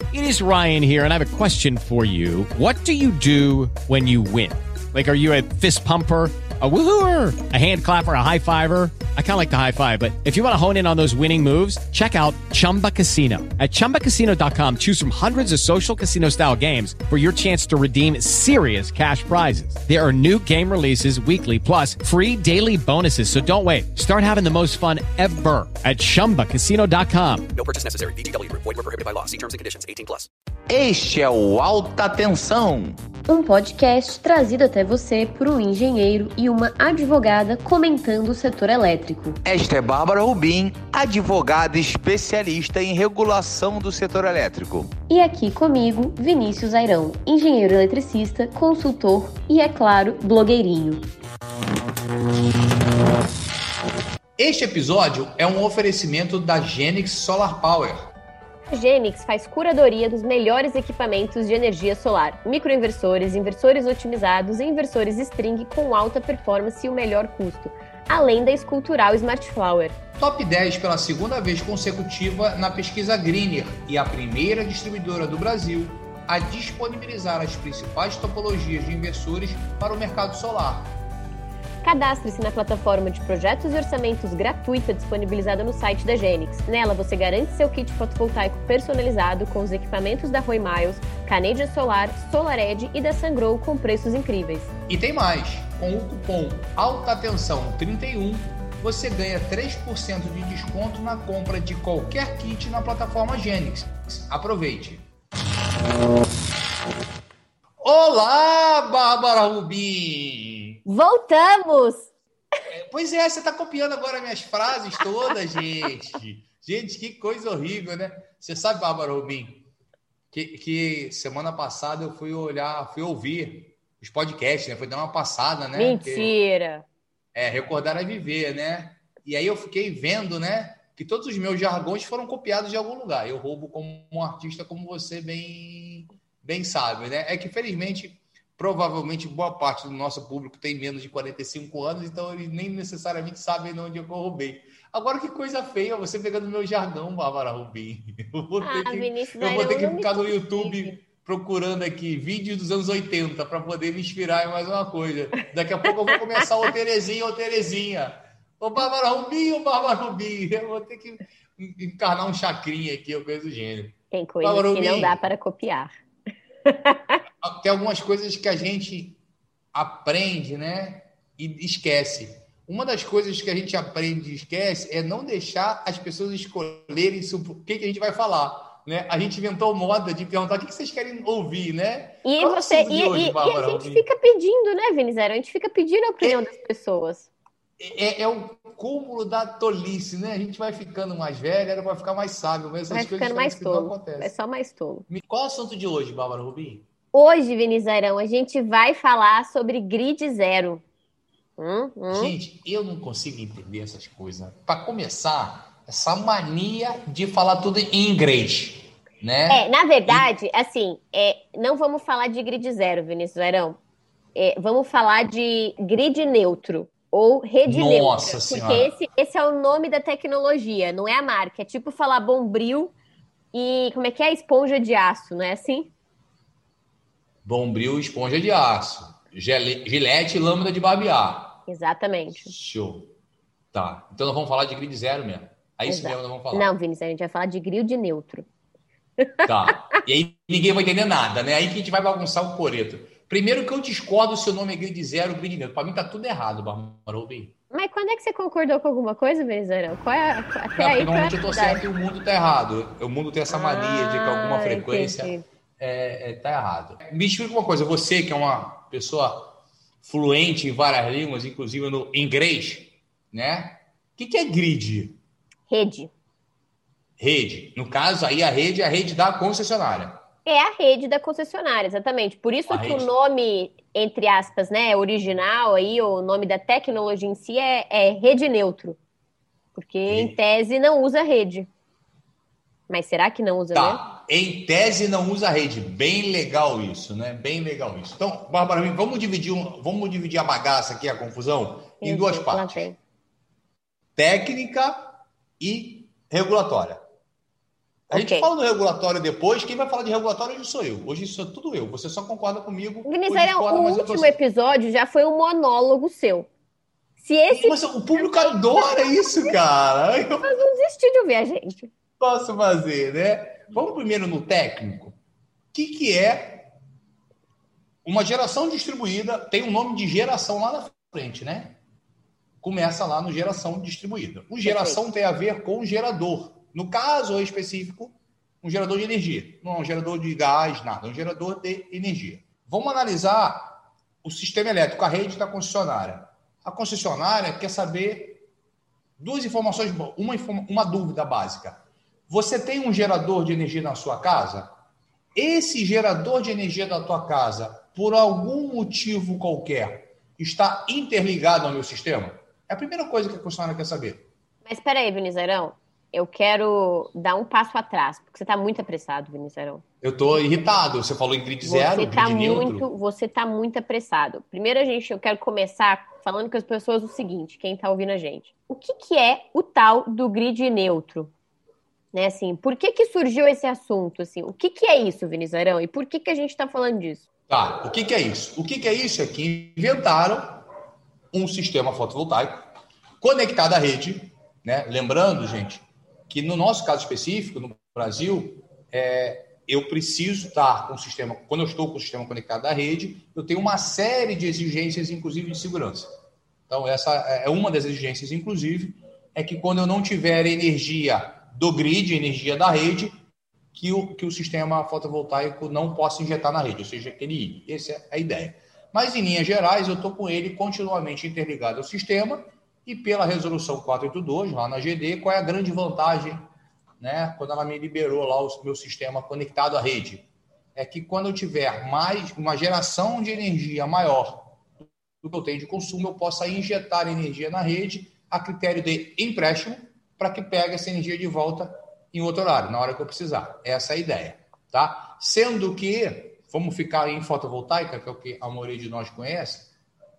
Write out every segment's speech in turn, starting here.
It is Ryan here, and I have a question for you. What do you do when you win? Like, are you a fist pumper, a woohooer, a hand clapper, a high fiver? I kind of like the high five, but if you want to hone in on those winning moves, check out Chumba Casino. At ChumbaCasino.com, choose from hundreds of social casino-style games for your chance to redeem serious cash prizes. There are new game releases weekly, plus free daily bonuses, so don't wait. Start having the most fun ever at ChumbaCasino.com. No purchase necessary. VGW Group. Void where prohibited by law. See terms and conditions. 18+. Este é o Alta Tensão. Um podcast trazido até você por um engenheiro e uma advogada comentando o setor elétrico. Esta é Bárbara Rubim, advogada especialista em regulação do setor elétrico. E aqui comigo, Vinícius Airão, engenheiro eletricista, consultor e, é claro, blogueirinho. Este episódio é um oferecimento da Genix Solar Power. A Genix faz curadoria dos melhores equipamentos de energia solar, microinversores, inversores otimizados e inversores string com alta performance e o melhor custo, além da escultural Smart Flower. Top 10 pela segunda vez consecutiva na pesquisa Greener e a primeira distribuidora do Brasil a disponibilizar as principais topologias de inversores para o mercado solar. Cadastre-se na plataforma de projetos e orçamentos gratuita disponibilizada no site da Genix. Nela você garante seu kit fotovoltaico personalizado com os equipamentos da Rui Miles, Canadian Solar, SolarEdge e da Sungrow com preços incríveis. E tem mais! Com o cupom ALTATENSÃO31 você ganha 3% de desconto na compra de qualquer kit na plataforma Genix. Aproveite! Olá, Bárbara Rubim! Voltamos! Pois é, você está copiando agora minhas frases todas, gente. Gente, que coisa horrível, né? Você sabe, Bárbara Rubim, que semana passada eu fui ouvir os podcasts, né? Fui dar uma passada, né? Mentira! Recordar é viver, né? E aí eu fiquei vendo, né? Que todos os meus jargões foram copiados de algum lugar. Eu roubo como um artista, como você bem sabe, né? É que, felizmente, provavelmente boa parte do nosso público tem menos de 45 anos, então eles nem necessariamente sabem de onde eu roubei. Agora, que coisa feia você pegando meu jargão, Bárbara Rubim. Eu vou ter que ficar no YouTube procurando aqui vídeos dos anos 80 para poder me inspirar em mais uma coisa. Daqui a pouco eu vou começar ô Terezinha. Ô Bárbara Rubim, eu vou ter que encarnar um chacrinha aqui, ou coisa do gênero. Tem coisas Bárbara que Rubim, não dá para copiar. Tem algumas coisas que a gente aprende, né? E esquece. Uma das coisas que a gente aprende e esquece é não deixar as pessoas escolherem o que a gente vai falar, né? A gente inventou moda de perguntar o que vocês querem ouvir, né? E a gente fica pedindo, né, Vinícius? A gente fica pedindo a opinião das pessoas. É o cúmulo da tolice, né? A gente vai ficando mais velha, vai ficar mais sábio, mas essas coisas mais tolo. Não acontecem. É só mais tolo. Qual é o assunto de hoje, Bárbara Rubim? Hoje, Vinícius Airão, a gente vai falar sobre grid zero. Gente, eu não consigo entender essas coisas. Para começar, essa mania de falar tudo em inglês, né? Na verdade, não vamos falar de grid zero, Vinícius Airão. Vamos falar de grid neutro ou rede neutra. Nossa Senhora. Porque esse é o nome da tecnologia, não é a marca. É tipo falar Bombril e como é que é? Esponja de aço, não é assim? Bombril, esponja de aço. Gilete, lâmina de barbear. Exatamente. Show. Tá. Então nós vamos falar de grid zero mesmo. É isso mesmo que nós vamos falar. Não, Vinícius, a gente vai falar de grid neutro. Tá. E aí ninguém vai entender nada, né? Aí que a gente vai bagunçar o coreto. Primeiro que eu discordo se o nome é grid zero ou grid neutro. Pra mim tá tudo errado, Bárbara Rubim. Mas quando é que você concordou com alguma coisa, Vinícius Airão? Porque normalmente eu tô certo e o mundo tá errado. O mundo tem essa mania de que alguma frequência... Entendi. Tá errado. Me explica uma coisa, você que é uma pessoa fluente em várias línguas, inclusive no inglês, né? O que é grid? Rede. No caso, aí a rede é a rede da concessionária. É a rede da concessionária, exatamente. Por isso que o nome, entre aspas, né, original, aí, o nome da tecnologia em si é rede neutro. Porque, em tese, não usa rede. Mas será que não usa mesmo? Em tese não usa rede. Bem legal isso, né? Bem legal isso. Então, Bárbara, vamos dividir a bagaça aqui, a confusão, em duas partes. Técnica e regulatória. A gente fala do regulatório depois, quem vai falar de regulatório hoje sou eu. Hoje sou tudo eu. Você só concorda comigo. Vinícius, o último episódio já foi um monólogo seu. Mas o público adora isso, cara. Mas não desistir de ouvir a gente. Posso fazer, né? Vamos primeiro no técnico. O que é uma geração distribuída? Tem um nome de geração lá na frente, né? Começa lá no geração distribuída. O geração tem a ver com gerador. No caso específico, um gerador de energia. Não é um gerador de gás, nada. É um gerador de energia. Vamos analisar o sistema elétrico, a rede da concessionária. A concessionária quer saber duas informações, uma dúvida básica. Você tem um gerador de energia na sua casa? Esse gerador de energia da tua casa, por algum motivo qualquer, está interligado ao meu sistema? É a primeira coisa que a concessionária quer saber. Mas espera aí, Vinícius, eu quero dar um passo atrás, porque você está muito apressado, Vinícius. Eu estou irritado. Você falou em grid zero, grid neutro. Você está muito apressado. Primeiro, eu quero começar falando com as pessoas o seguinte, quem está ouvindo a gente. O que é o tal do grid neutro? Né, assim, por que surgiu esse assunto? Assim, o que é isso, Vinícius? E por que a gente está falando disso? Tá, o que é isso? O que é isso é que inventaram um sistema fotovoltaico conectado à rede, né? Lembrando, gente, que no nosso caso específico, no Brasil, eu preciso estar com o sistema, quando eu estou com o sistema conectado à rede, eu tenho uma série de exigências, inclusive de segurança. Então, essa é uma das exigências, inclusive, é que quando eu não tiver energia do grid, energia da rede, que o sistema fotovoltaico não possa injetar na rede, ou seja, que ele ir. Essa é a ideia. Mas, em linhas gerais, eu estou com ele continuamente interligado ao sistema e pela resolução 482, lá na GD, qual é a grande vantagem, né, quando ela me liberou lá o meu sistema conectado à rede? É que quando eu tiver mais uma geração de energia maior do que eu tenho de consumo, eu possa injetar energia na rede a critério de empréstimo para que pegue essa energia de volta em outro horário, na hora que eu precisar. Essa é a ideia, tá? Sendo que, vamos ficar em fotovoltaica, que é o que a maioria de nós conhece,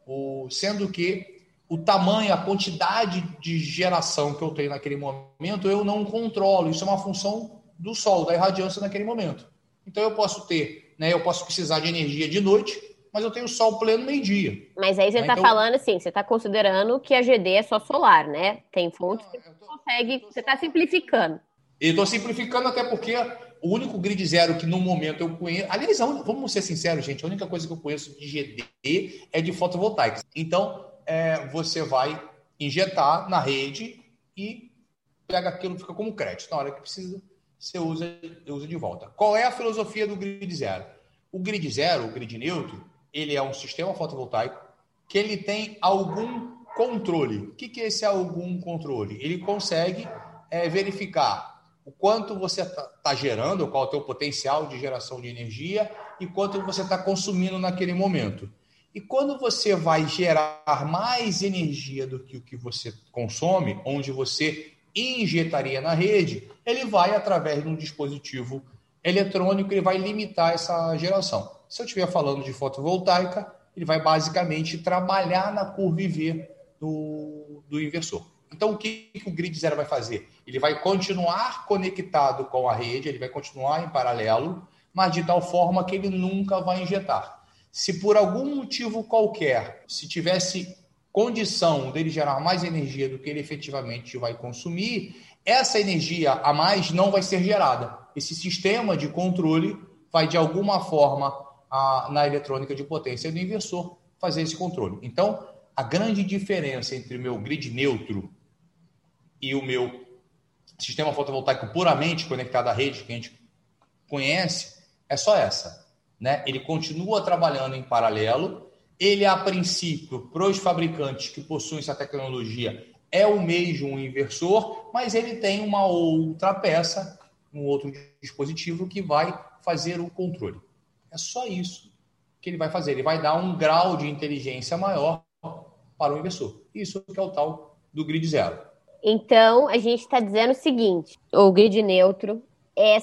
sendo que o tamanho, a quantidade de geração que eu tenho naquele momento, eu não controlo. Isso é uma função do sol, da irradiância naquele momento. Então eu posso ter, né, eu posso precisar de energia de noite, mas eu tenho sol pleno meio-dia. Mas aí você está falando assim, você está considerando que a GD é só solar, né? Tem fontes que você consegue, você está simplificando. Eu estou simplificando até porque o único grid zero que no momento eu conheço... Aliás, vamos ser sinceros, gente, a única coisa que eu conheço de GD é de fotovoltaica. Então, você vai injetar na rede e pega aquilo, fica como crédito. Na hora que precisa, você usa de volta. Qual é a filosofia do grid zero? O grid zero, o grid neutro, ele é um sistema fotovoltaico que ele tem algum controle. O que é esse algum controle? Ele consegue verificar o quanto você está gerando, qual é o teu potencial de geração de energia e quanto você está consumindo naquele momento. E quando você vai gerar mais energia do que o que você consome, onde você injetaria na rede, ele vai, através de um dispositivo eletrônico, ele vai limitar essa geração. Se eu estiver falando de fotovoltaica, ele vai basicamente trabalhar na curva IV do inversor. Então, o que o grid zero vai fazer? Ele vai continuar conectado com a rede, ele vai continuar em paralelo, mas de tal forma que ele nunca vai injetar. Se por algum motivo qualquer, se tivesse condição dele gerar mais energia do que ele efetivamente vai consumir, essa energia a mais não vai ser gerada. Esse sistema de controle vai, de alguma forma, na eletrônica de potência do inversor, fazer esse controle. Então, a grande diferença entre o meu grid neutro e o meu sistema fotovoltaico puramente conectado à rede, que a gente conhece, é só essa, né? Ele continua trabalhando em paralelo, ele, a princípio, para os fabricantes que possuem essa tecnologia, é o mesmo inversor, mas ele tem uma outra peça, um outro dispositivo que vai fazer o controle. É só isso que ele vai fazer. Ele vai dar um grau de inteligência maior para o inversor. Isso que é o tal do grid zero. Então, a gente está dizendo o seguinte, o grid neutro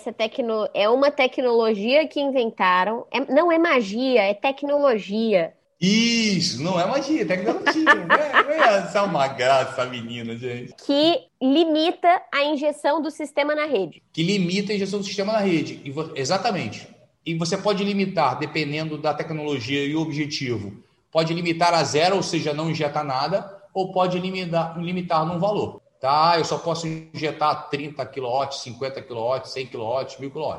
é uma tecnologia que inventaram, não é magia, é tecnologia. Isso, não é magia, é tecnologia, né? Essa é uma graça, menina, gente. Que limita a injeção do sistema na rede. Que limita a injeção do sistema na rede. Exatamente. E você pode limitar, dependendo da tecnologia e o objetivo, pode limitar a zero, ou seja, não injetar nada, ou pode limitar num valor. Tá? Eu só posso injetar 30 kW, 50 kW, 100 kW, 1000 kW.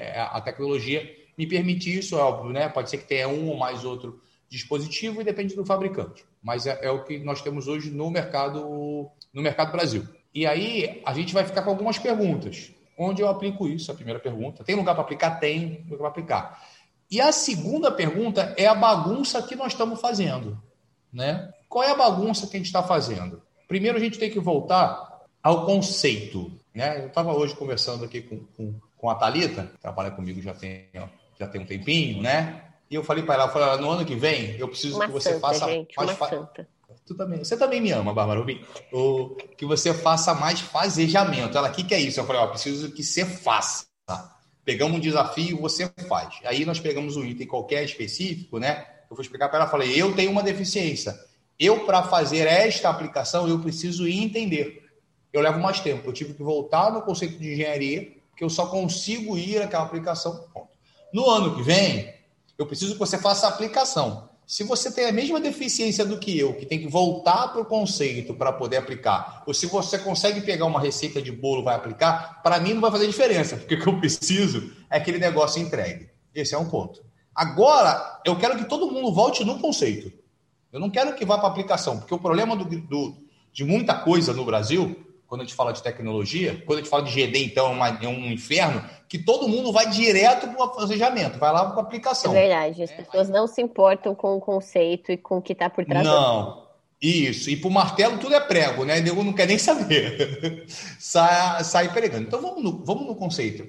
A tecnologia me permite isso, é óbvio, né? Pode ser que tenha um ou mais outro dispositivo e depende do fabricante. Mas é o que nós temos hoje no mercado Brasil. E aí a gente vai ficar com algumas perguntas. Onde eu aplico isso? A primeira pergunta. Tem lugar para aplicar? Tem lugar para aplicar. E a segunda pergunta é a bagunça que nós estamos fazendo, né? Qual é a bagunça que a gente está fazendo? Primeiro a gente tem que voltar ao conceito, né? Eu estava hoje conversando aqui com a Thalita, que trabalha comigo já tem um tempinho, né? E eu falei para ela, no ano que vem, eu preciso que você faça... Santa. Você também me ama, Bárbara Rubim. Que você faça mais fazejamento. Ela, o que é isso? Eu falei, preciso que você faça. Pegamos um desafio, você faz. Aí nós pegamos um item qualquer específico, né? Eu vou explicar para ela, falei, eu tenho uma deficiência. Para fazer esta aplicação, eu preciso entender. Eu levo mais tempo. Eu tive que voltar no conceito de engenharia, porque eu só consigo ir àquela aplicação. Ponto. No ano que vem, eu preciso que você faça a aplicação. Se você tem a mesma deficiência do que eu, que tem que voltar para o conceito para poder aplicar, ou se você consegue pegar uma receita de bolo e vai aplicar, para mim não vai fazer diferença, porque o que eu preciso é aquele negócio entregue. Esse é um ponto. Agora, eu quero que todo mundo volte no conceito. Eu não quero que vá para a aplicação, porque o problema de muita coisa no Brasil, quando a gente fala de tecnologia, quando a gente fala de GD, então, é um inferno, que todo mundo vai direto para o fazejamento, vai lá para a aplicação. É verdade, as pessoas não se importam com o conceito e com o que está por trás. Não, isso. E para o martelo tudo é prego, né? Eu não quero nem saber. Sai pregando. Então vamos no conceito.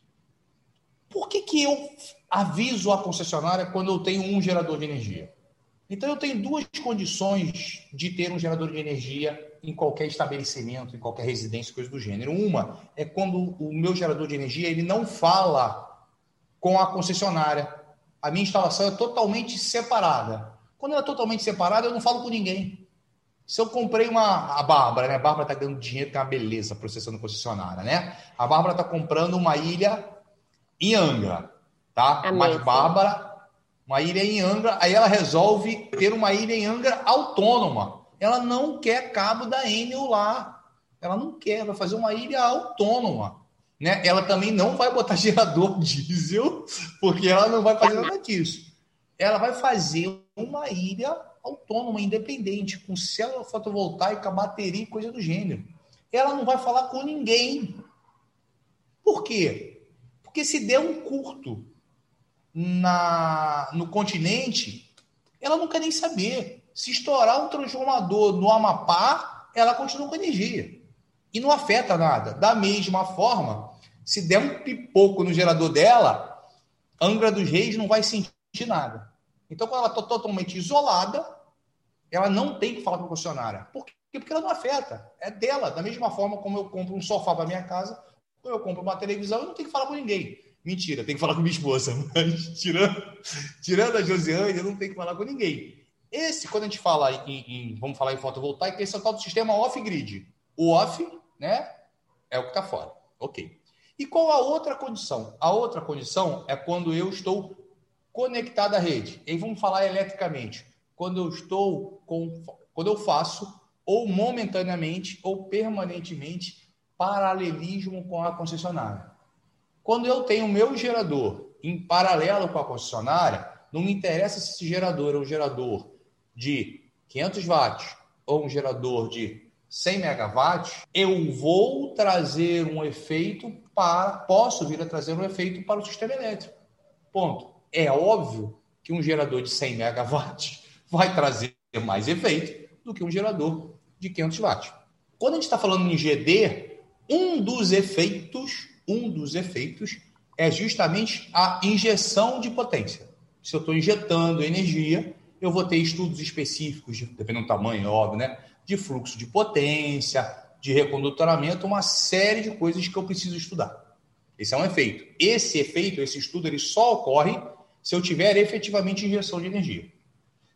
Por que eu aviso a concessionária quando eu tenho um gerador de energia? Então eu tenho duas condições de ter um gerador de energia em qualquer estabelecimento, em qualquer residência, coisa do gênero. Uma é quando o meu gerador de energia ele não fala com a concessionária. A minha instalação é totalmente separada. Quando ela é totalmente separada, eu não falo com ninguém. Se eu comprei a Bárbara, né? A Bárbara está ganhando dinheiro, que é uma beleza, processando concessionária, né? A Bárbara está comprando uma ilha em Angra, tá? Mas Bárbara, uma ilha em Angra, aí ela resolve ter uma ilha em Angra autônoma. Ela não quer cabo da Enel lá. Ela não quer, vai fazer uma ilha autônoma. Né? Ela também não vai botar gerador diesel, porque ela não vai fazer nada disso. Ela vai fazer uma ilha autônoma, independente, com célula fotovoltaica, bateria e coisa do gênero. Ela não vai falar com ninguém. Por quê? Porque se der um curto no continente, ela não quer nem saber. Se estourar um transformador no Amapá, ela continua com energia. E não afeta nada. Da mesma forma, se der um pipoco no gerador dela, Angra dos Reis não vai sentir nada. Então, quando ela está totalmente isolada, ela não tem que falar com a concessionária. Por quê? Porque ela não afeta. É dela. Da mesma forma como eu compro um sofá para minha casa, ou eu compro uma televisão, eu não tenho que falar com ninguém. Mentira, tem que falar com minha esposa. Mas tirando a Josiane, eu não tenho que falar com ninguém. Quando a gente fala vamos falar em fotovoltaica, esse é o tal do sistema off-grid. O off, né, é o que está fora. Ok. E qual a outra condição? A outra condição é quando eu estou conectado à rede. E aí vamos falar eletricamente. Quando eu faço, ou momentaneamente, ou permanentemente, paralelismo com a concessionária. Quando eu tenho o meu gerador em paralelo com a concessionária, não me interessa se esse gerador é um gerador de 500 watts ou um gerador de 100 megawatts, eu vou trazer um efeito posso vir a trazer um efeito para o sistema elétrico. Ponto. É óbvio que um gerador de 100 megawatts vai trazer mais efeito do que um gerador de 500 watts. Quando a gente está falando em GD, um dos efeitos é justamente a injeção de potência. Se eu estou injetando energia, eu vou ter estudos específicos, dependendo do tamanho, óbvio, né? De fluxo de potência, de recondutoramento, uma série de coisas que eu preciso estudar. Esse é um efeito. Esse estudo, ele só ocorre se eu tiver efetivamente injeção de energia.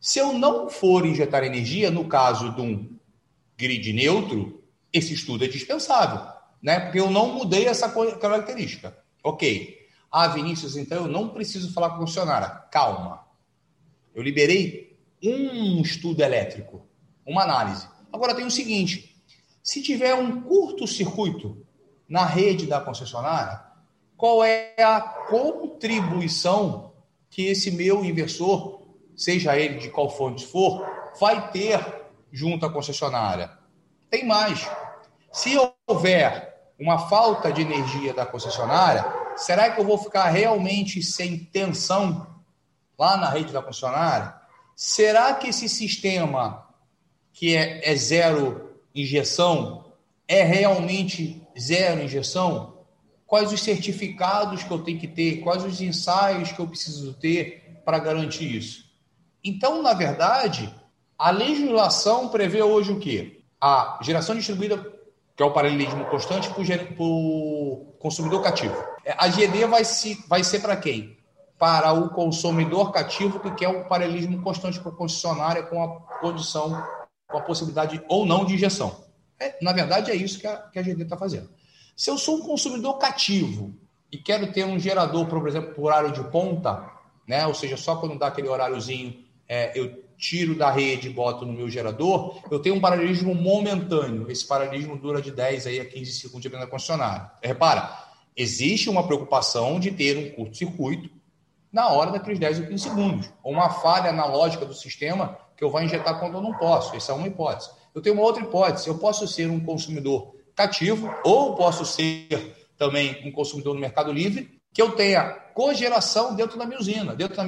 Se eu não for injetar energia, no caso de um grid neutro, esse estudo é dispensável, né? Porque eu não mudei essa característica. Ok. Vinícius, então eu não preciso falar com a concessionária. Calma. Eu liberei um estudo elétrico, uma análise. Agora tem o seguinte, se tiver um curto-circuito na rede da concessionária, qual é a contribuição que esse meu inversor, seja ele de qual fonte for, vai ter junto à concessionária? Tem mais. Se houver uma falta de energia da concessionária, será que eu vou ficar realmente sem tensão lá na rede da concessionária? Será que esse sistema que é zero injeção é realmente zero injeção? Quais os certificados que eu tenho que ter? Quais os ensaios que eu preciso ter para garantir isso? Então, na verdade, a legislação prevê hoje o quê? A geração distribuída, que é o paralelismo constante, por consumidor cativo. A GD vai ser para quem? Para o consumidor cativo que quer um paralelismo constante para a concessionária com a condição, com a possibilidade ou não de injeção. Na verdade, é isso que a GD está fazendo. Se eu sou um consumidor cativo e quero ter um gerador, por exemplo, por horário de ponta, né? Ou seja, só quando dá aquele horáriozinho, eu tiro da rede e boto no meu gerador, eu tenho um paralelismo momentâneo. Esse paralelismo dura de 10 a 15 segundos, dependendo da concessionária. Repara, existe uma preocupação de ter um curto-circuito na hora daqueles 10 ou 15 segundos. Ou uma falha analógica do sistema que eu vou injetar quando eu não posso. Essa é uma hipótese. Eu tenho uma outra hipótese. Eu posso ser um consumidor cativo ou posso ser também um consumidor no Mercado Livre que eu tenha cogeração dentro da minha usina, dentro da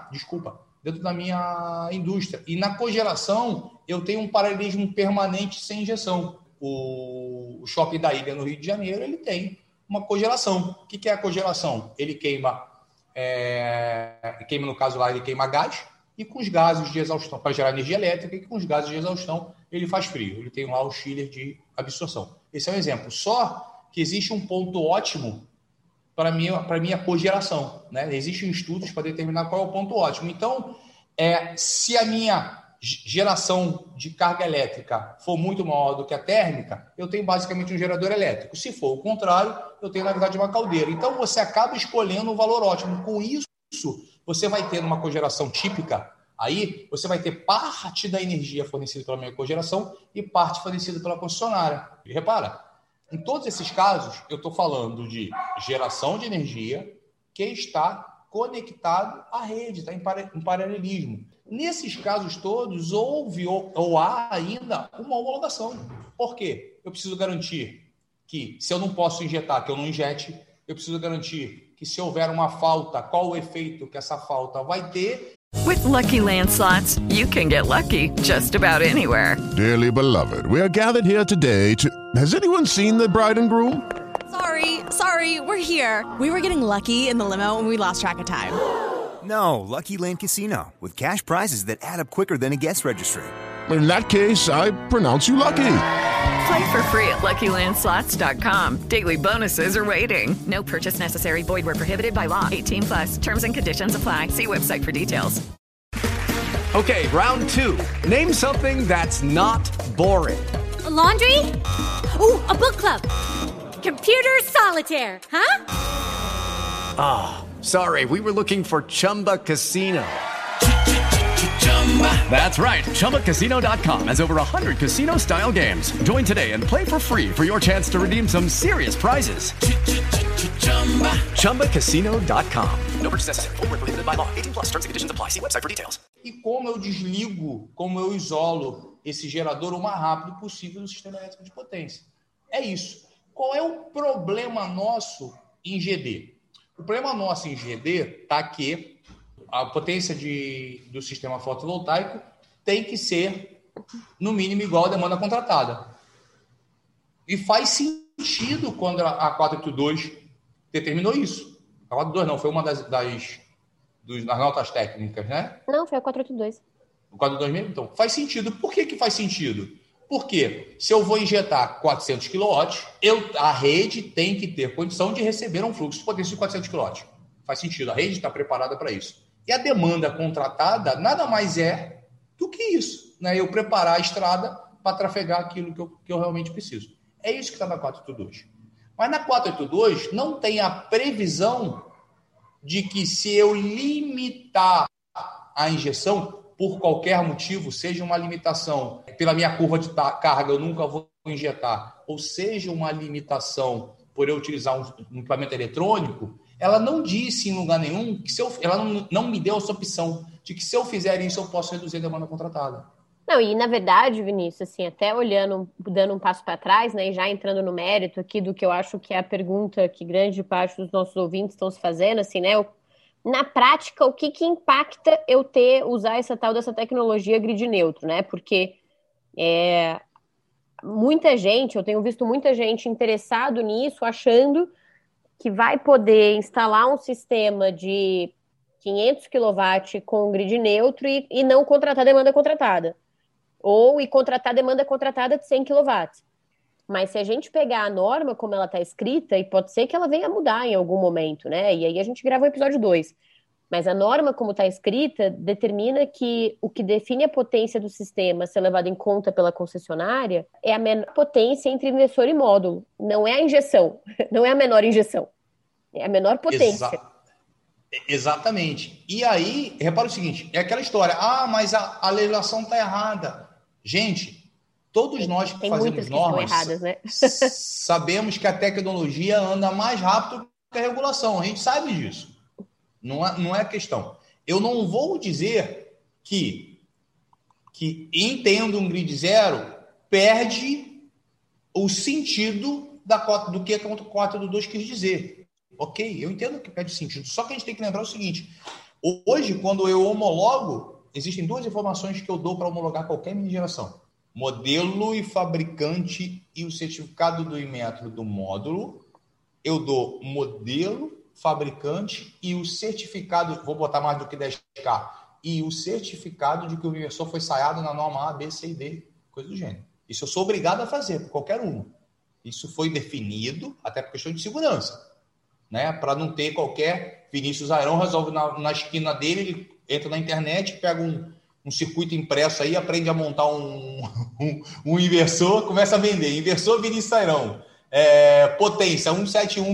minha indústria. E na cogeração eu tenho um paralelismo permanente sem injeção. O Shopping da Ilha, no Rio de Janeiro, ele tem uma cogeração. O que é a cogeração? Ele queima, no caso lá, ele queima gás, e com os gases de exaustão, para gerar energia elétrica, e com os gases de exaustão ele faz frio. Ele tem lá o chiller de absorção. Esse é um exemplo. Só que existe um ponto ótimo para minha cogeração, né? Existem estudos para determinar qual é o ponto ótimo. Então, se a minha geração de carga elétrica for muito maior do que a térmica, eu tenho basicamente um gerador elétrico. Se for o contrário, eu tenho, na verdade, uma caldeira. Então, você acaba escolhendo um valor ótimo. Com isso, você vai ter uma cogeração típica, aí você vai ter parte da energia fornecida pela minha cogeração e parte fornecida pela concessionária. E repara, em todos esses casos, eu estou falando de geração de energia que está conectado à rede, está em paralelismo. Nesses casos todos, houve ou há ainda uma homologação. Por quê? Eu preciso garantir que, se eu não posso injetar, que eu não injete. Eu preciso garantir que, se houver uma falta, qual o efeito que essa falta vai ter. With Lucky Land Slots, you can get lucky just about anywhere. Dearly beloved, we are gathered here today to... Has anyone seen the bride and groom? Sorry, we're here. We were getting lucky in the limo and we lost track of time. No, Lucky Land Casino, with cash prizes that add up quicker than a guest registry. In that case, I pronounce you lucky. Play for free at LuckyLandSlots.com. Daily bonuses are waiting. No purchase necessary. Void where prohibited by law. 18+. Terms and conditions apply. See website for details. Okay, round two. Name something that's not boring. A laundry? Ooh, a book club. Computer solitaire, huh? Sorry, we were looking for Chumba Casino. That's right. ChumbaCasino.com has over 100 casino-style games. Join today and play for free for your chance to redeem some serious prizes. ChumbaCasino.com. No purchase necessary. Void where prohibited by law. 18+. Terms and conditions apply. See website for details. E como eu desligo, como eu isolo esse gerador o mais rápido possível do sistema elétrico de potência? É isso. Qual é o problema nosso em GD? O problema nosso em GD está que a potência do sistema fotovoltaico tem que ser, no mínimo, igual à demanda contratada. E faz sentido quando a 482 determinou isso. A 482 não, foi uma das notas técnicas, né? Não, foi a 482. O 482 mesmo? Então, faz sentido. Por que faz sentido? Porque se eu vou injetar 400 kW, a rede tem que ter condição de receber um fluxo de potência de 400 kW. Faz sentido, a rede está preparada para isso. E a demanda contratada nada mais é que isso, né? Eu preparar a estrada para trafegar aquilo que eu realmente preciso. É isso que está na 482. Mas na 482 não tem a previsão de que se eu limitar a injeção por qualquer motivo, seja uma limitação pela minha curva de carga, eu nunca vou injetar, ou seja uma limitação por eu utilizar um equipamento eletrônico, ela não disse em lugar nenhum, que ela não me deu essa opção de que se eu fizer isso, eu posso reduzir a demanda contratada. Não, e na verdade, Vinícius, assim, até olhando, dando um passo para trás, né, e já entrando no mérito aqui do que eu acho que é a pergunta que grande parte dos nossos ouvintes estão se fazendo, assim, né, na prática, o que impacta eu usar essa tal dessa tecnologia grid neutro, né, porque muita gente, eu tenho visto muita gente interessado nisso, achando que vai poder instalar um sistema de 500 kW com grid neutro e não contratar demanda contratada. Ou contratar demanda contratada de 100 kW. Mas se a gente pegar a norma como ela está escrita, e pode ser que ela venha a mudar em algum momento, né? E aí a gente grava o episódio 2. Mas a norma como está escrita determina que o que define a potência do sistema ser levado em conta pela concessionária é a menor potência entre inversor e módulo. Não é a injeção, não é a menor injeção. É a menor potência. Exatamente. E aí, repara o seguinte, é aquela história, mas a legislação está errada. Gente, todos nós que fazemos normas erradas, né? sabemos que a tecnologia anda mais rápido que a regulação. A gente sabe disso. Não é questão. Eu não vou dizer que entendo um grid zero perde o sentido do que a 482 quis dizer. Ok, eu entendo que perde sentido. Só que a gente tem que lembrar o seguinte. Hoje, quando eu homologo, existem duas informações que eu dou para homologar qualquer mini geração. Modelo e fabricante e o certificado do Inmetro do módulo. Eu dou modelo, fabricante e o certificado, vou botar mais do que 10K, e o certificado de que o inversor foi ensaiado na norma A, B, C e D, coisa do gênero. Isso eu sou obrigado a fazer, por qualquer uma. Isso foi definido até por questão de segurança, né? Para não ter qualquer Vinícius Airão resolve na esquina dele, ele entra na internet, pega um circuito impresso aí, aprende a montar um inversor, começa a vender. Inversor Vinícius Airão. Potência 171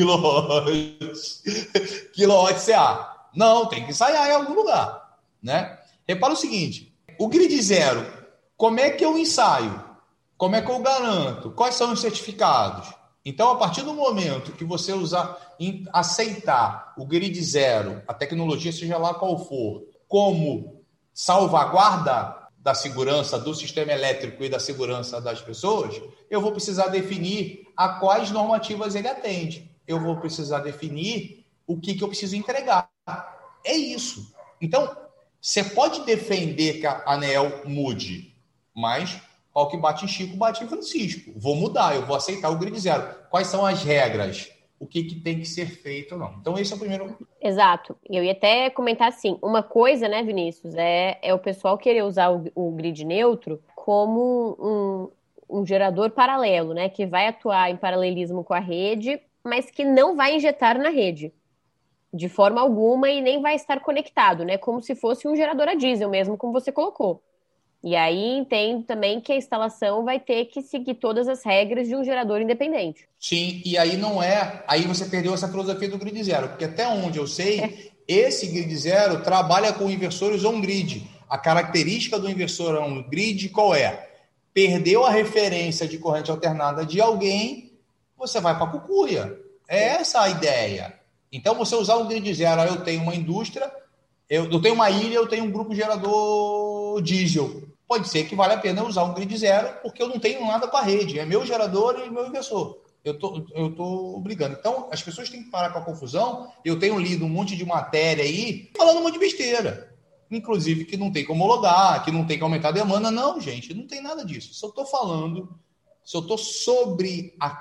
kW CA. Não, tem que ensaiar em algum lugar, né? Repara o seguinte, o grid zero, como é que eu ensaio? Como é que eu garanto? Quais são os certificados? Então, a partir do momento que você aceitar o grid zero, a tecnologia, seja lá qual for, como salvaguarda da segurança do sistema elétrico e da segurança das pessoas, eu vou precisar definir a quais normativas ele atende. Eu vou precisar definir o que eu preciso entregar. É isso. Então, você pode defender que a ANEEL mude, mas pau que bate em Chico, bate em Francisco. Vou mudar, eu vou aceitar o grid zero. Quais são as regras? O que tem que ser feito ou não. Então, esse é o primeiro... Exato. Eu ia até comentar assim, uma coisa, né, Vinícius, é o pessoal querer usar o grid neutro como um gerador paralelo, né, que vai atuar em paralelismo com a rede, mas que não vai injetar na rede, de forma alguma, e nem vai estar conectado, né, como se fosse um gerador a diesel mesmo, como você colocou. E aí entendo também que a instalação vai ter que seguir todas as regras de um gerador independente. Sim, e aí não é... Aí você perdeu essa filosofia do grid zero, porque até onde eu sei, esse grid zero trabalha com inversores on-grid. A característica do inversor on-grid qual é? Perdeu a referência de corrente alternada de alguém, você vai para a cucuia. É essa a ideia. Então, você usar um grid zero, eu tenho uma indústria, eu tenho uma ilha, eu tenho um grupo gerador diesel. Pode ser que vale a pena usar um grid zero, porque eu não tenho nada com a rede. É meu gerador e meu inversor. Eu tô brigando. Então, as pessoas têm que parar com a confusão. Eu tenho lido um monte de matéria aí, falando um monte de besteira. Inclusive que não tem como homologar, que não tem que aumentar a demanda. Não, gente, não tem nada disso. Se eu estou falando, se eu estou sobre a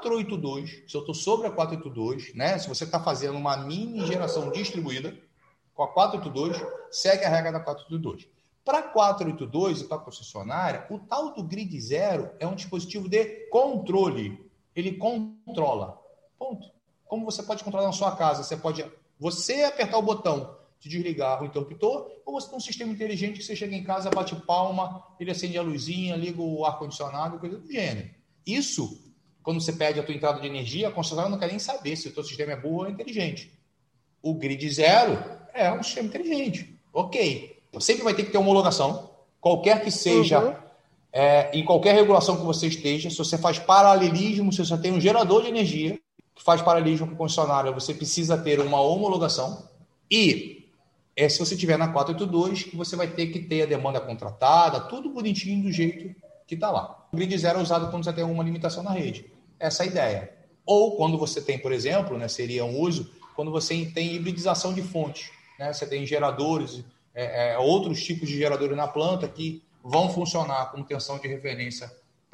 482, né? Se você está fazendo uma mini geração distribuída com a 482, segue a regra da 482. Para 482 e para a concessionária, o tal do grid zero é um dispositivo de controle. Ele controla. Ponto. Como você pode controlar na sua casa? Você apertar o botão de desligar o interruptor, ou você tem um sistema inteligente que você chega em casa, bate palma, ele acende a luzinha, liga o ar-condicionado, coisa do gênero. Isso, quando você pede a tua entrada de energia, a concessionária não quer nem saber se o teu sistema é burro ou inteligente. O grid zero é um sistema inteligente. Ok. Sempre vai ter que ter homologação, qualquer que seja, em qualquer regulação que você esteja, se você faz paralelismo, se você tem um gerador de energia que faz paralelismo com concessionária, você precisa ter uma homologação. E se você tiver na 482, você vai ter que ter a demanda contratada, tudo bonitinho do jeito que está lá. O grid zero é usado quando você tem uma limitação na rede. Essa é a ideia. Ou quando você tem, por exemplo, né, seria um uso, quando você tem hibridização de fontes. Né, você tem geradores, outros tipos de geradores na planta que vão funcionar como tensão de referência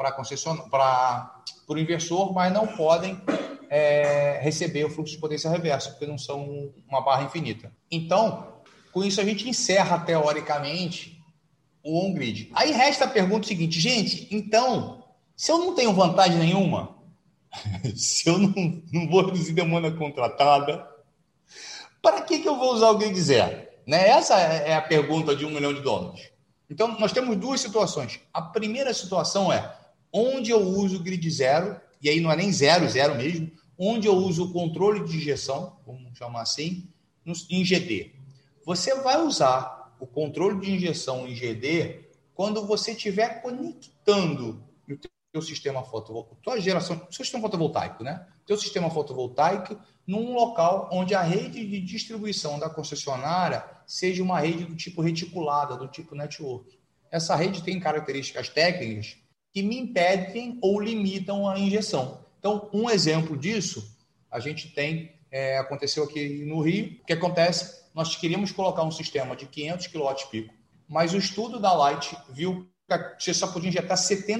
para o inversor, mas não podem receber o fluxo de potência reversa, porque não são uma barra infinita. Então, com isso a gente encerra, teoricamente, o on-grid. Aí resta a pergunta seguinte, gente, então, se eu não tenho vantagem nenhuma, se eu não vou reduzir demanda contratada, para que eu vou usar o grid zero? Né? Essa é a pergunta de $1 milhão. Então, nós temos duas situações. A primeira situação é onde eu uso o grid zero, e aí não é nem zero mesmo, onde eu uso o controle de injeção, vamos chamar assim, em GD. Você vai usar o controle de injeção em GD quando você estiver conectando o teu sistema fotovoltaico, tua geração, seu sistema fotovoltaico, né? Teu sistema fotovoltaico num local onde a rede de distribuição da concessionária seja uma rede do tipo reticulada, do tipo network. Essa rede tem características técnicas que me impedem ou limitam a injeção. Então, um exemplo disso, a gente tem, aconteceu aqui no Rio. O que acontece? Nós queríamos colocar um sistema de 500 kW-pico, mas o estudo da Light viu que você só podia injetar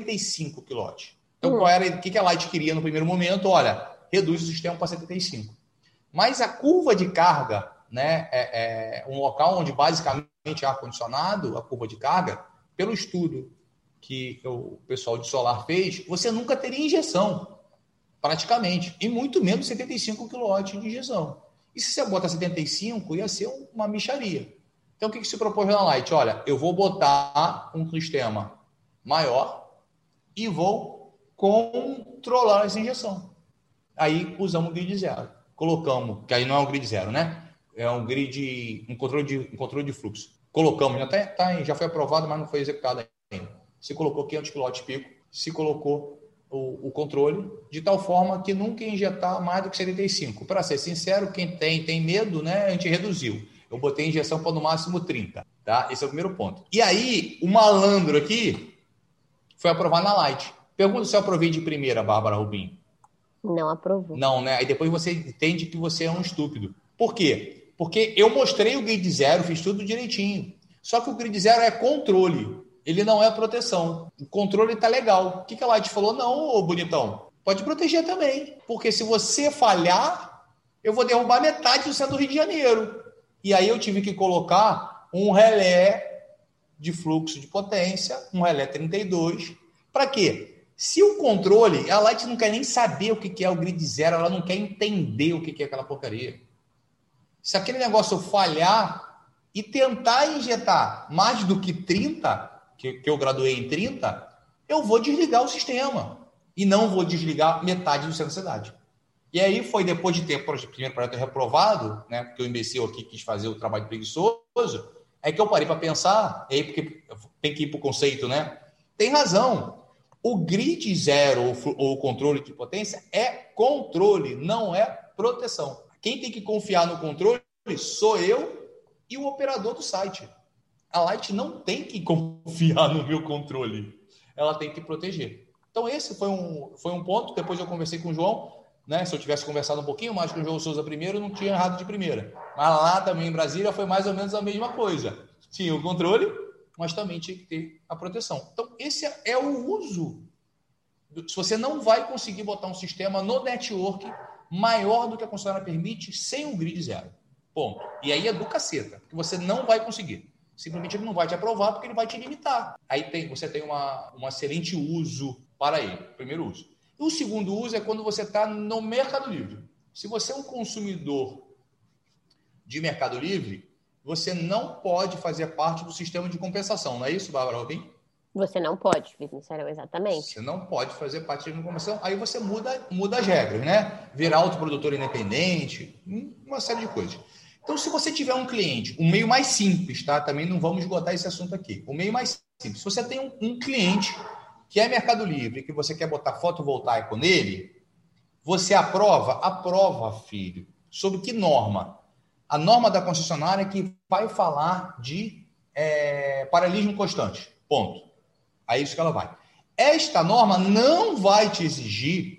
75 kW. Então, o que a Light queria no primeiro momento? Olha, reduz o sistema para 75. Mas a curva de carga, né, um local onde basicamente é ar-condicionado, a curva de carga, pelo estudo que o pessoal de solar fez, você nunca teria injeção, praticamente, e muito menos 75 kW de injeção. E se você bota 75, ia ser uma mixaria. Então, o que se propôs na Light? Olha, eu vou botar um sistema maior e vou controlar essa injeção. Aí, usamos o grid zero. Colocamos, que aí não é um grid zero, né? É um grid, um controle de fluxo. Colocamos, já foi aprovado, mas não foi executado ainda. Se colocou 500 kW-pico, se colocou o controle, de tal forma que nunca ia injetar mais do que 75. Para ser sincero, quem tem medo, né, a gente reduziu. Eu botei a injeção para no máximo 30. Tá? Esse é o primeiro ponto. E aí, o malandro aqui foi aprovar na Light. Pergunta se eu aprovei de primeira, Bárbara Rubim. Não aprovou. Não, né? Aí depois você entende que você é um estúpido. Por quê? Porque eu mostrei o grid zero, fiz tudo direitinho. Só que o grid zero é controle. Ele não é proteção. O controle está legal. O que a Light falou? Não, ô bonitão. Pode proteger também. Porque se você falhar, eu vou derrubar metade do centro do Rio de Janeiro. E aí eu tive que colocar um relé de fluxo de potência, um relé 32. Para quê? Se o controle, a Light não quer nem saber o que é o grid zero, ela não quer entender o que é aquela porcaria. Se aquele negócio falhar e tentar injetar mais do que 30, que eu graduei em 30, eu vou desligar o sistema. E não vou desligar metade do centro da cidade. E aí foi depois de ter o primeiro projeto reprovado, né, porque o imbecil aqui quis fazer o trabalho preguiçoso, é que eu parei para pensar, e aí porque tem que ir para o conceito, né? Tem razão. O grid zero ou o controle de potência é controle, não é proteção. Quem tem que confiar no controle sou eu e o operador do site. A Light não tem que confiar no meu controle. Ela tem que proteger. Então esse foi um ponto. Depois eu conversei com o João. Né? Se eu tivesse conversado um pouquinho mais com o João Souza primeiro, não tinha errado de primeira. Mas lá também em Brasília foi mais ou menos a mesma coisa. Tinha o controle, mas também tinha que ter a proteção. Então, esse é o uso. Se você não vai conseguir botar um sistema no network maior do que a concessionária permite sem um grid zero. Ponto. E aí é do caceta, porque você não vai conseguir. Simplesmente ele não vai te aprovar porque ele vai te limitar. Aí você tem um excelente uso para ele. Primeiro uso. O segundo uso é quando você está no Mercado Livre. Se você é um consumidor de Mercado Livre, você não pode fazer parte do sistema de compensação. Não é isso, Bárbara Albim? Você não pode, Vinícius, exatamente. Você não pode fazer parte do sistema de compensação. Aí você muda as regras, né? Virar autoprodutor independente, uma série de coisas. Então, se você tiver um cliente, um meio mais simples, tá? Também não vamos esgotar esse assunto aqui. O meio mais simples. Se você tem um cliente que é Mercado Livre, que você quer botar fotovoltaico nele, você aprova? Aprova, filho. Sobre que norma? A norma da concessionária que vai falar de paralelismo constante. Ponto. É isso que ela vai. Esta norma não vai te exigir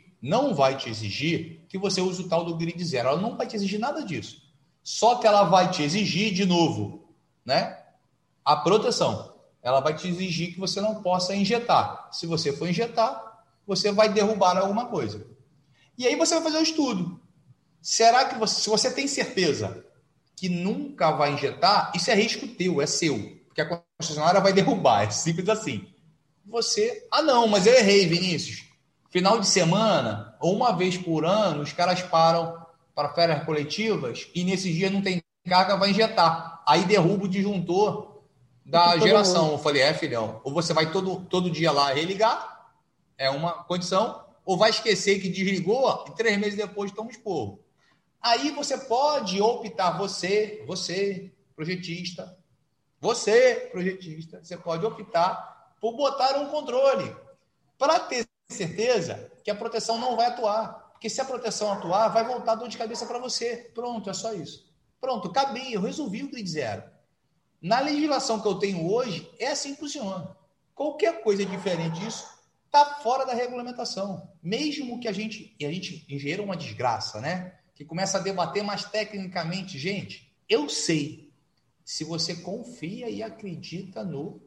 que você use o tal do grid zero. Ela não vai te exigir nada disso. Só que ela vai te exigir, de novo, né, a proteção. Ela vai te exigir que você não possa injetar. Se você for injetar, você vai derrubar alguma coisa. E aí você vai fazer o estudo. Será que se você tem certeza que nunca vai injetar, isso é risco teu, é seu. Porque a concessionária vai derrubar, é simples assim. Você, não, mas eu errei, Vinícius. Final de semana, ou uma vez por ano, os caras param para férias coletivas e nesse dia não tem carga, vai injetar. Aí derruba o disjuntor da geração. Eu falei, filhão, ou você vai todo dia lá religar, é uma condição, ou vai esquecer que desligou e 3 meses depois toma um esporro. Aí você pode optar, você projetista, você pode optar por botar um controle para ter certeza que a proteção não vai atuar. Porque se a proteção atuar, vai voltar dor de cabeça para você. Pronto, é só isso. Pronto, acabei, eu resolvi o grid zero. Na legislação que eu tenho hoje, é assim que funciona. Qualquer coisa diferente disso está fora da regulamentação. Mesmo que a gente ingere uma desgraça, né? Que começa a debater mais tecnicamente. Gente, eu sei se você confia e acredita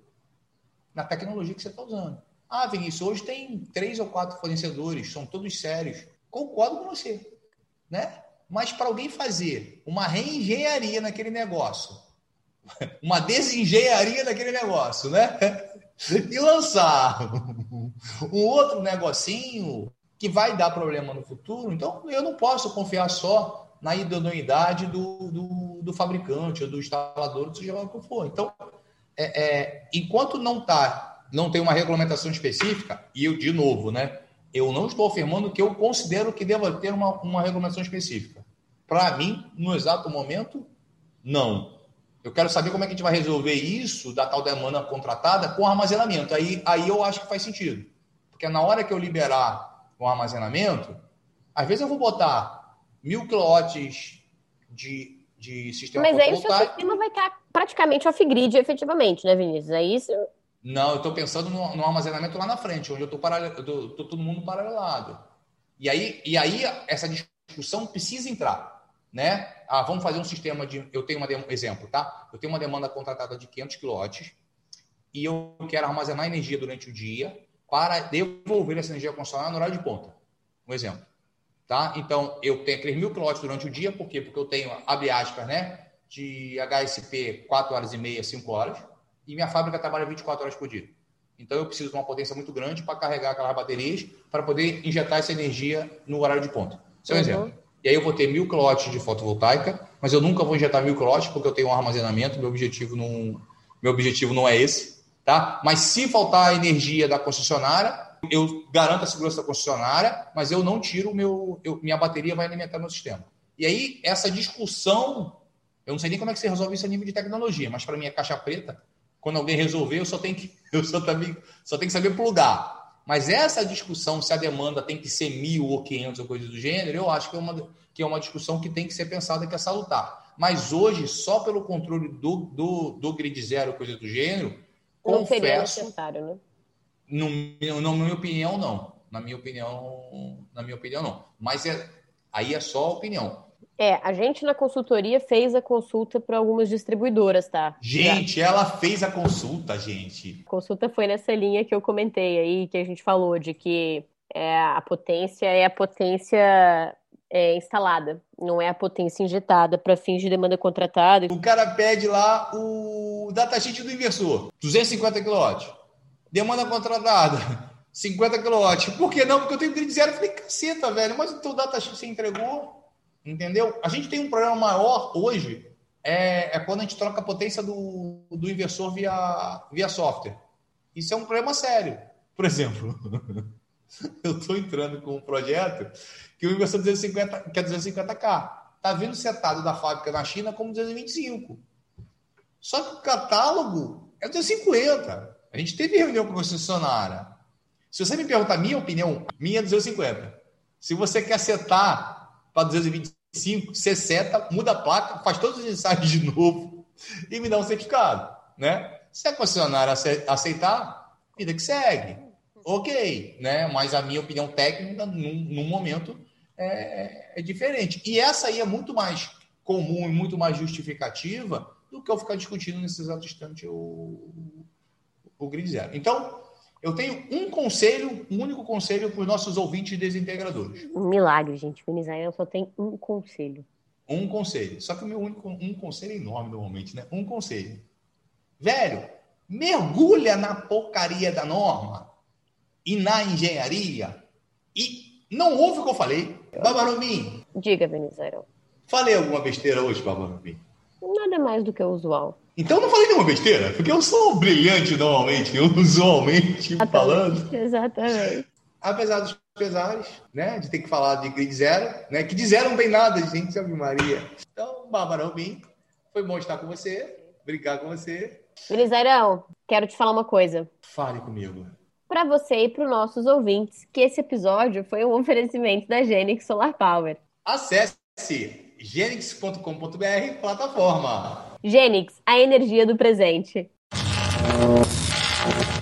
na tecnologia que você está usando. Vinícius, hoje tem 3 ou 4 fornecedores, são todos sérios. Concordo com você, né? Mas para alguém fazer uma reengenharia naquele negócio, uma desengenharia naquele negócio, né? E lançar um outro negocinho que vai dar problema no futuro, então eu não posso confiar só na idoneidade do fabricante ou do instalador, seja lá o que for. Então, enquanto não tem uma regulamentação específica, e eu, de novo, né? Eu não estou afirmando que eu considero que deva ter uma regulamentação específica. Para mim, no exato momento, não. Eu quero saber como é que a gente vai resolver isso da tal demanda contratada com armazenamento. Aí eu acho que faz sentido. Porque na hora que eu liberar o armazenamento, às vezes eu vou botar 1.000 quilowatts de sistema fotovoltaico. Mas aí o seu sistema vai estar praticamente off-grid, efetivamente, né, Vinícius? É isso? Não, eu estou pensando no armazenamento lá na frente, onde eu estou todo mundo paralelado. E aí essa discussão precisa entrar, né? Vamos fazer um sistema de... Eu tenho exemplo, tá? Eu tenho uma demanda contratada de 500 kW e eu quero armazenar energia durante o dia para devolver essa energia concessionária no horário de ponta. Um exemplo, tá? Então, eu tenho 3.000 kW durante o dia, por quê? Porque eu tenho, abre aspas, né? De HSP 4 horas e meia, 5 horas. E minha fábrica trabalha 24 horas por dia. Então, eu preciso de uma potência muito grande para carregar aquelas baterias para poder injetar essa energia no horário de ponta. Esse é um exemplo. E aí eu vou ter 1.000 kW de fotovoltaica, mas eu nunca vou injetar 1.000 kW porque eu tenho um armazenamento, meu objetivo não é esse. Tá? Mas se faltar a energia da concessionária, eu garanto a segurança da concessionária, mas eu não tiro minha bateria vai alimentar meu sistema. E aí, essa discussão, eu não sei nem como é que você resolve isso a nível de tecnologia, mas para mim é caixa preta. Quando alguém resolver, eu só tenho que saber plugar. Mas essa discussão, se a demanda tem que ser 1.000 ou 500 ou coisa do gênero, eu acho que é uma discussão que tem que ser pensada, que é salutar. Mas hoje, só pelo controle do grid zero, coisa do gênero, não seria necessário, né? Na minha opinião, não. Na minha opinião, não. Mas aí é só opinião. A gente na consultoria fez a consulta para algumas distribuidoras, tá? Gente, ela fez a consulta, gente. A consulta foi nessa linha que eu comentei aí, que a gente falou de que a potência é a potência instalada, não é a potência injetada para fins de demanda contratada. O cara pede lá o datasheet do inversor, 250 kW. Demanda contratada, 50 kW. Por que não? Porque eu tenho grid zero. Eu falei, caceta, velho, mas o teu datasheet você entregou... Entendeu? A gente tem um problema maior hoje é quando a gente troca a potência do inversor via software. Isso é um problema sério. Por exemplo, eu estou entrando com um projeto que o inversor 250, que é 250K. Está vindo setado da fábrica na China como 225. Só que o catálogo é 250. A gente teve reunião com a concessionária. Se você me perguntar a minha opinião, minha é 250. Se você quer setar para 225, você seta, muda a placa, faz todos os ensaios de novo e me dá um certificado, né? Se a concessionária aceitar, vida que segue. Ok, né? Mas a minha opinião técnica, no momento, é diferente. E essa aí é muito mais comum e muito mais justificativa do que eu ficar discutindo nesse exato instante o grid zero. Então, eu tenho um único conselho para os nossos ouvintes desintegradores. Um milagre, gente. O Israel só tem um conselho. Um conselho. Só que o meu um conselho é enorme normalmente, né? Um conselho. Velho, mergulha na porcaria da norma e na engenharia e não ouve o que eu falei. Babarubim. Diga, Benizairão. Falei alguma besteira hoje, Babarubim? Nada mais do que o usual. Então eu não falei nenhuma besteira, porque eu sou brilhante normalmente, usualmente falando. Exatamente. Apesar dos pesares, né, de ter que falar de grid zero, né, que de zero não tem nada, gente, Ave Maria. Então, Bárbara Albim, foi bom estar com você, brincar com você. Benizairão, quero te falar uma coisa. Fale comigo. Para você e para os nossos ouvintes, que esse episódio foi um oferecimento da Genix Solar Power. Acesse genix.com.br, plataforma. Genix, a energia do presente.